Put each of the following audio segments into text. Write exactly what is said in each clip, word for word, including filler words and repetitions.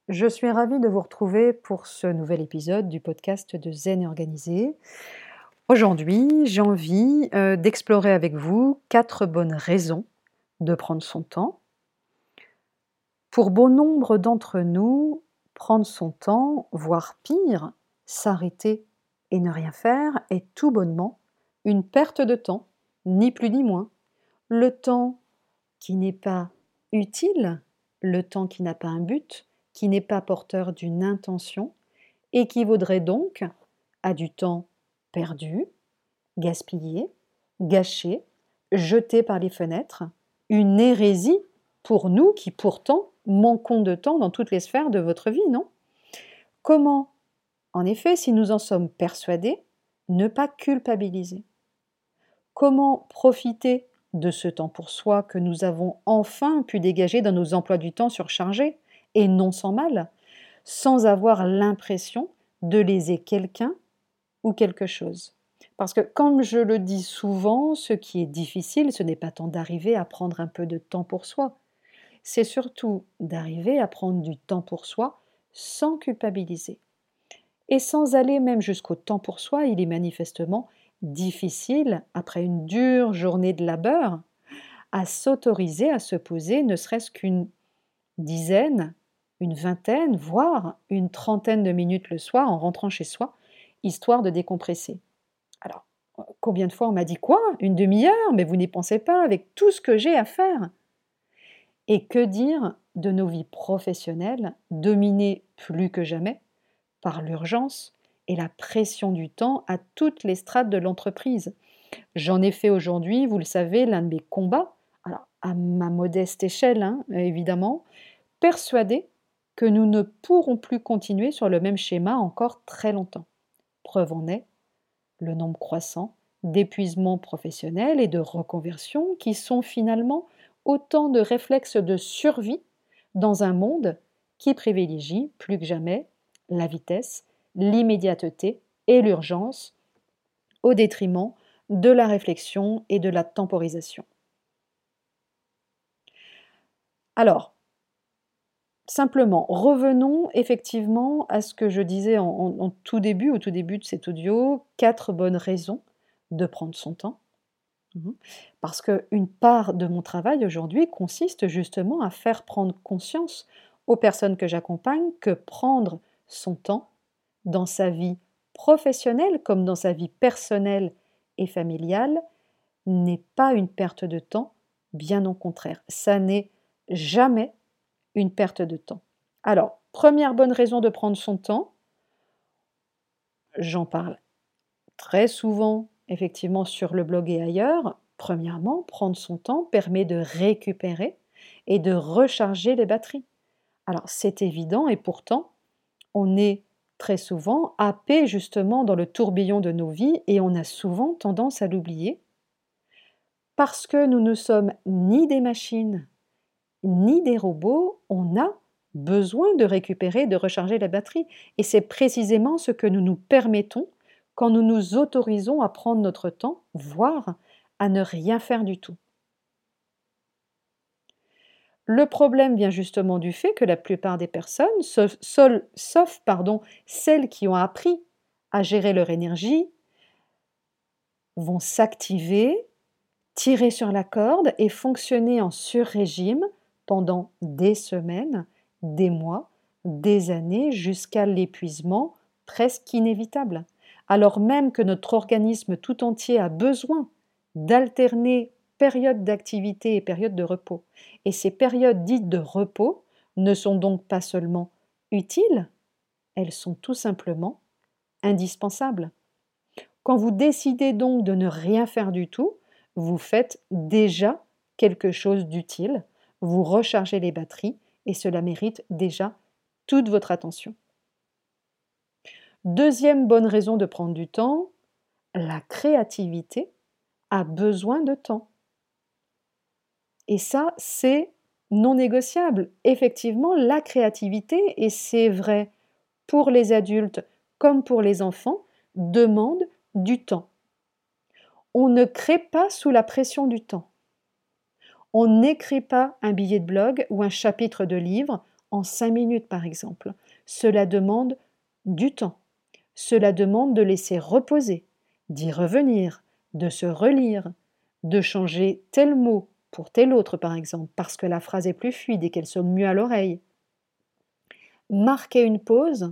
Je suis ravie de vous retrouver pour ce nouvel épisode du podcast de Zen et Organisé. Aujourd'hui, j'ai envie euh, d'explorer avec vous quatre bonnes raisons de prendre son temps. Pour bon nombre d'entre nous, prendre son temps, voire pire, s'arrêter et ne rien faire est tout bonnement une perte de temps, ni plus ni moins. Le temps qui n'est pas utile, le temps qui n'a pas un but, qui n'est pas porteur d'une intention, équivaudrait donc à du temps perdu, gaspillé, gâché, jeté par les fenêtres, une hérésie pour nous qui pourtant manquons de temps dans toutes les sphères de votre vie, non? Comment, en effet, si nous en sommes persuadés, ne pas culpabiliser? Comment profiter de ce temps pour soi que nous avons enfin pu dégager dans nos emplois du temps surchargés, et non sans mal, sans avoir l'impression de léser quelqu'un ou quelque chose? Parce que, comme je le dis souvent, ce qui est difficile, ce n'est pas tant d'arriver à prendre un peu de temps pour soi, c'est surtout d'arriver à prendre du temps pour soi sans culpabiliser. Et sans aller même jusqu'au temps pour soi, il est manifestement difficile, après une dure journée de labeur, à s'autoriser à se poser ne serait-ce qu'une dizaine, une vingtaine, voire une trentaine de minutes le soir en rentrant chez soi, histoire de décompresser. Alors, combien de fois on m'a dit quoi? Une demi-heure? Mais vous n'y pensez pas avec tout ce que j'ai à faire. Et que dire de nos vies professionnelles, dominées plus que jamais par l'urgence et la pression du temps à toutes les strates de l'entreprise. J'en ai fait aujourd'hui, vous le savez, l'un de mes combats, alors à ma modeste échelle, hein, évidemment, persuadée que nous ne pourrons plus continuer sur le même schéma encore très longtemps. Preuve en est le nombre croissant d'épuisements professionnels et de reconversions qui sont finalement autant de réflexes de survie dans un monde qui privilégie plus que jamais la vitesse, l'immédiateté et l'urgence au détriment de la réflexion et de la temporisation. Alors, simplement, revenons effectivement à ce que je disais en, en- en tout début, au tout début de cet audio, quatre bonnes raisons de prendre son temps. Mhm. Parce qu'une part de mon travail aujourd'hui consiste justement à faire prendre conscience aux personnes que j'accompagne que prendre son temps dans sa vie professionnelle comme dans sa vie personnelle et familiale n'est pas une perte de temps, bien au contraire. Ça n'est jamais une perte de temps. Alors, première bonne raison de prendre son temps, j'en parle très souvent, effectivement, sur le blog et ailleurs. Premièrement, prendre son temps permet de récupérer et de recharger les batteries. Alors, c'est évident et pourtant, on est très souvent happé justement dans le tourbillon de nos vies et on a souvent tendance à l'oublier parce que nous ne sommes ni des machines ni des robots, on a besoin de récupérer, de recharger la batterie. Et c'est précisément ce que nous nous permettons quand nous nous autorisons à prendre notre temps, voire à ne rien faire du tout. Le problème vient justement du fait que la plupart des personnes, sauf, sauf, sauf, pardon, celles qui ont appris à gérer leur énergie, vont s'activer, tirer sur la corde et fonctionner en sur-régime pendant des semaines, des mois, des années, jusqu'à l'épuisement presque inévitable. Alors même que notre organisme tout entier a besoin d'alterner période d'activité et période de repos. Et ces périodes dites de repos ne sont donc pas seulement utiles, elles sont tout simplement indispensables. Quand vous décidez donc de ne rien faire du tout, vous faites déjà quelque chose d'utile, vous rechargez les batteries et cela mérite déjà toute votre attention. Deuxième bonne raison de prendre du temps, la créativité a besoin de temps. Et ça, c'est non négociable. Effectivement, la créativité, et c'est vrai pour les adultes comme pour les enfants, demande du temps. On ne crée pas sous la pression du temps. On n'écrit pas un billet de blog ou un chapitre de livre en cinq minutes par exemple. Cela demande du temps. Cela demande de laisser reposer, d'y revenir, de se relire, de changer tel mot pour tel autre par exemple, parce que la phrase est plus fluide et qu'elle sonne mieux à l'oreille. Marquer une pause,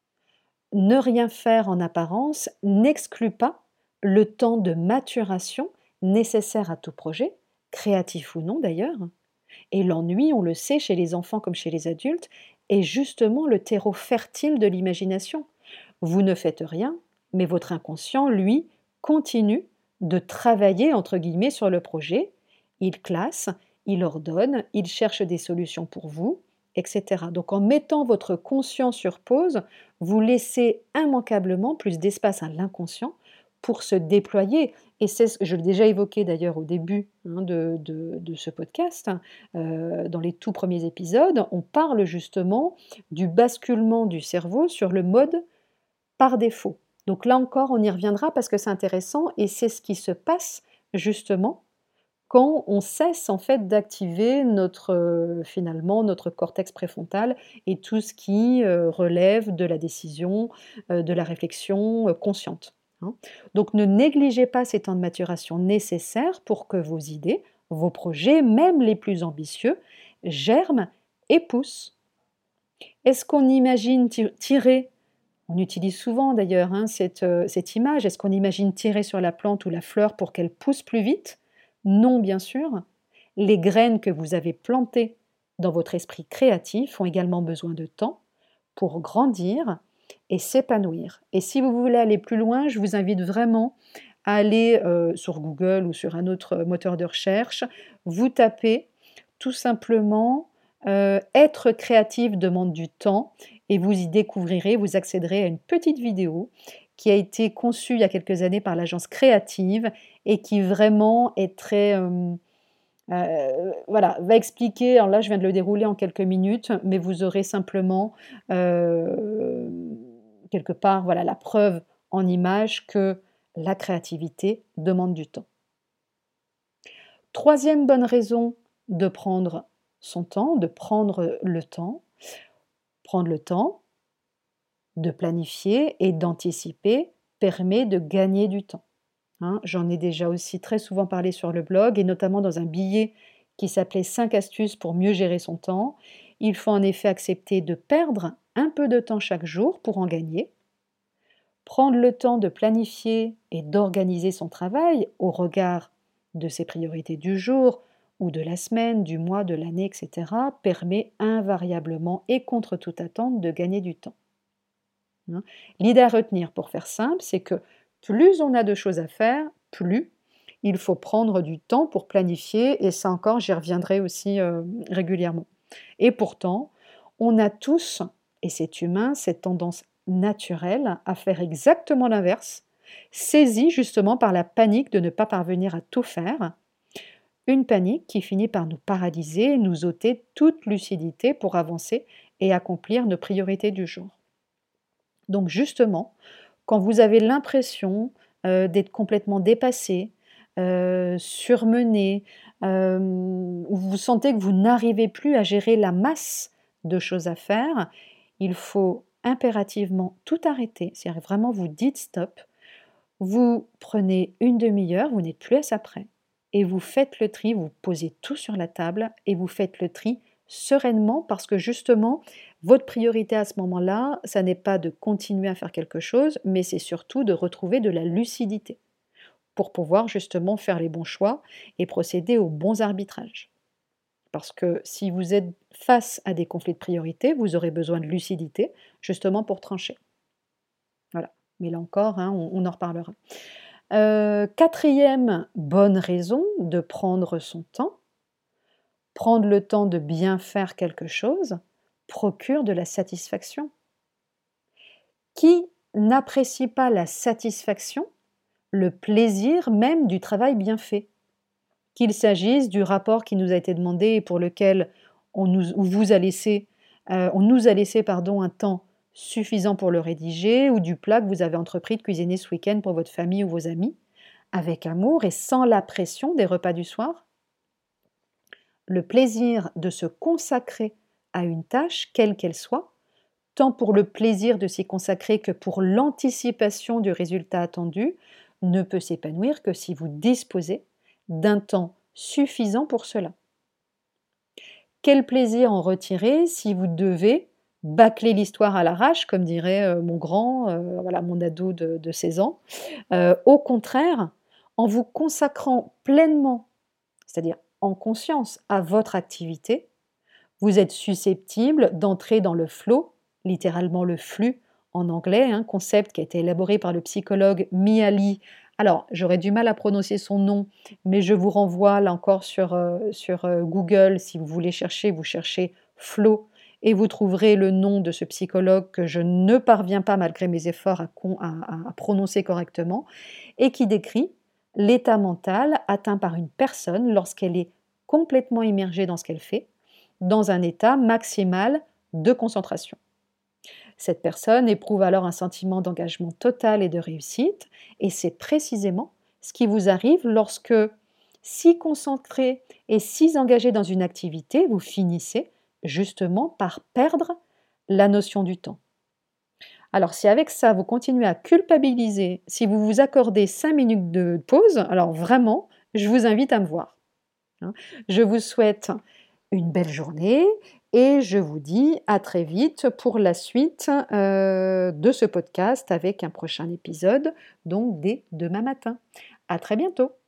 ne rien faire en apparence, n'exclut pas le temps de maturation nécessaire à tout projet, créatif ou non d'ailleurs. Et l'ennui, on le sait, chez les enfants comme chez les adultes, est justement le terreau fertile de l'imagination. Vous ne faites rien, mais votre inconscient, lui, continue de travailler, entre guillemets, sur le projet. Il classe, il ordonne, il cherche des solutions pour vous, et cetera. Donc en mettant votre conscient sur pause, vous laissez immanquablement plus d'espace à l'inconscient pour se déployer. Et c'est ce que je l'ai déjà évoqué d'ailleurs au début hein, de, de, de ce podcast, euh, dans les tout premiers épisodes, on parle justement du basculement du cerveau sur le mode par défaut. Donc là encore, on y reviendra parce que c'est intéressant et c'est ce qui se passe justement quand on cesse en fait d'activer notre euh, finalement notre cortex préfrontal et tout ce qui euh, relève de la décision, euh, de la réflexion euh, consciente. Hein. Donc ne négligez pas ces temps de maturation nécessaires pour que vos idées, vos projets, même les plus ambitieux, germent et poussent. Est-ce qu'on imagine tirer On utilise souvent d'ailleurs hein, cette, euh, cette image. Est-ce qu'on imagine tirer sur la plante ou la fleur pour qu'elle pousse plus vite? Non, bien sûr. Les graines que vous avez plantées dans votre esprit créatif ont également besoin de temps pour grandir et s'épanouir. Et si vous voulez aller plus loin, je vous invite vraiment à aller euh, sur Google ou sur un autre moteur de recherche. Vous tapez tout simplement euh, être créatif demande du temps et vous y découvrirez, vous accéderez à une petite vidéo qui a été conçue il y a quelques années par l'agence créative et qui vraiment est très... Euh, euh, voilà, va expliquer, alors là je viens de le dérouler en quelques minutes, mais vous aurez simplement euh, quelque part voilà, la preuve en image que la créativité demande du temps. Troisième bonne raison de prendre son temps, de prendre le temps, prendre le temps de planifier et d'anticiper permet de gagner du temps. Hein, j'en ai déjà aussi très souvent parlé sur le blog et notamment dans un billet qui s'appelait cinq astuces pour mieux gérer son temps. Il faut en effet accepter de perdre un peu de temps chaque jour pour en gagner. Prendre le temps de planifier et d'organiser son travail au regard de ses priorités du jour ou de la semaine, du mois, de l'année, et cetera permet invariablement et contre toute attente de gagner du temps. Hein. L'idée à retenir pour faire simple, c'est que plus on a de choses à faire, plus il faut prendre du temps pour planifier, et ça encore, j'y reviendrai aussi euh, régulièrement. Et pourtant, on a tous, et c'est humain, cette tendance naturelle à faire exactement l'inverse, saisie justement par la panique de ne pas parvenir à tout faire, une panique qui finit par nous paralyser et nous ôter toute lucidité pour avancer et accomplir nos priorités du jour. Donc justement, quand vous avez l'impression euh, d'être complètement dépassé, euh, surmené, euh, ou vous sentez que vous n'arrivez plus à gérer la masse de choses à faire, il faut impérativement tout arrêter. C'est-à-dire vraiment vous dites stop, vous prenez une demi-heure, vous n'êtes plus à ça près, et vous faites le tri, vous posez tout sur la table et vous faites le tri sereinement parce que justement, votre priorité à ce moment-là, ça n'est pas de continuer à faire quelque chose, mais c'est surtout de retrouver de la lucidité pour pouvoir justement faire les bons choix et procéder aux bons arbitrages. Parce que si vous êtes face à des conflits de priorité, vous aurez besoin de lucidité justement pour trancher. Voilà, mais là encore, hein, on, on en reparlera. Euh, quatrième bonne raison de prendre son temps, prendre le temps de bien faire quelque chose procure de la satisfaction. Qui n'apprécie pas la satisfaction, le plaisir même du travail bien fait? Qu'il s'agisse du rapport qui nous a été demandé et pour lequel on nous, on vous a laissé, euh, on nous a laissé pardon, un temps suffisant pour le rédiger, ou du plat que vous avez entrepris de cuisiner ce week-end pour votre famille ou vos amis, avec amour et sans la pression des repas du soir. Le plaisir de se consacrer à une tâche, quelle qu'elle soit, tant pour le plaisir de s'y consacrer que pour l'anticipation du résultat attendu, ne peut s'épanouir que si vous disposez d'un temps suffisant pour cela. Quel plaisir en retirer si vous devez bâcler l'histoire à l'arrache, comme dirait euh, mon grand, euh, voilà, mon ado de, de seize ans. Euh, au contraire, en vous consacrant pleinement, c'est-à-dire en conscience, à votre activité, vous êtes susceptible d'entrer dans le flow, littéralement le flux en anglais, un concept qui a été élaboré par le psychologue Mihaly. Alors, j'aurais du mal à prononcer son nom, mais je vous renvoie là encore sur, euh, sur euh, Google. Si vous voulez chercher, vous cherchez flow et vous trouverez le nom de ce psychologue que je ne parviens pas, malgré mes efforts, à, con- à- à- à prononcer correctement, et qui décrit l'état mental atteint par une personne lorsqu'elle est complètement immergée dans ce qu'elle fait, dans un état maximal de concentration. Cette personne éprouve alors un sentiment d'engagement total et de réussite, et c'est précisément ce qui vous arrive lorsque, si concentré et si engagé dans une activité, vous finissez justement par perdre la notion du temps. Alors si avec ça, vous continuez à culpabiliser, si vous vous accordez cinq minutes de pause, alors vraiment, je vous invite à me voir. hein. Je vous souhaite une belle journée et je vous dis à très vite pour la suite euh, de ce podcast avec un prochain épisode, donc dès demain matin. À très bientôt.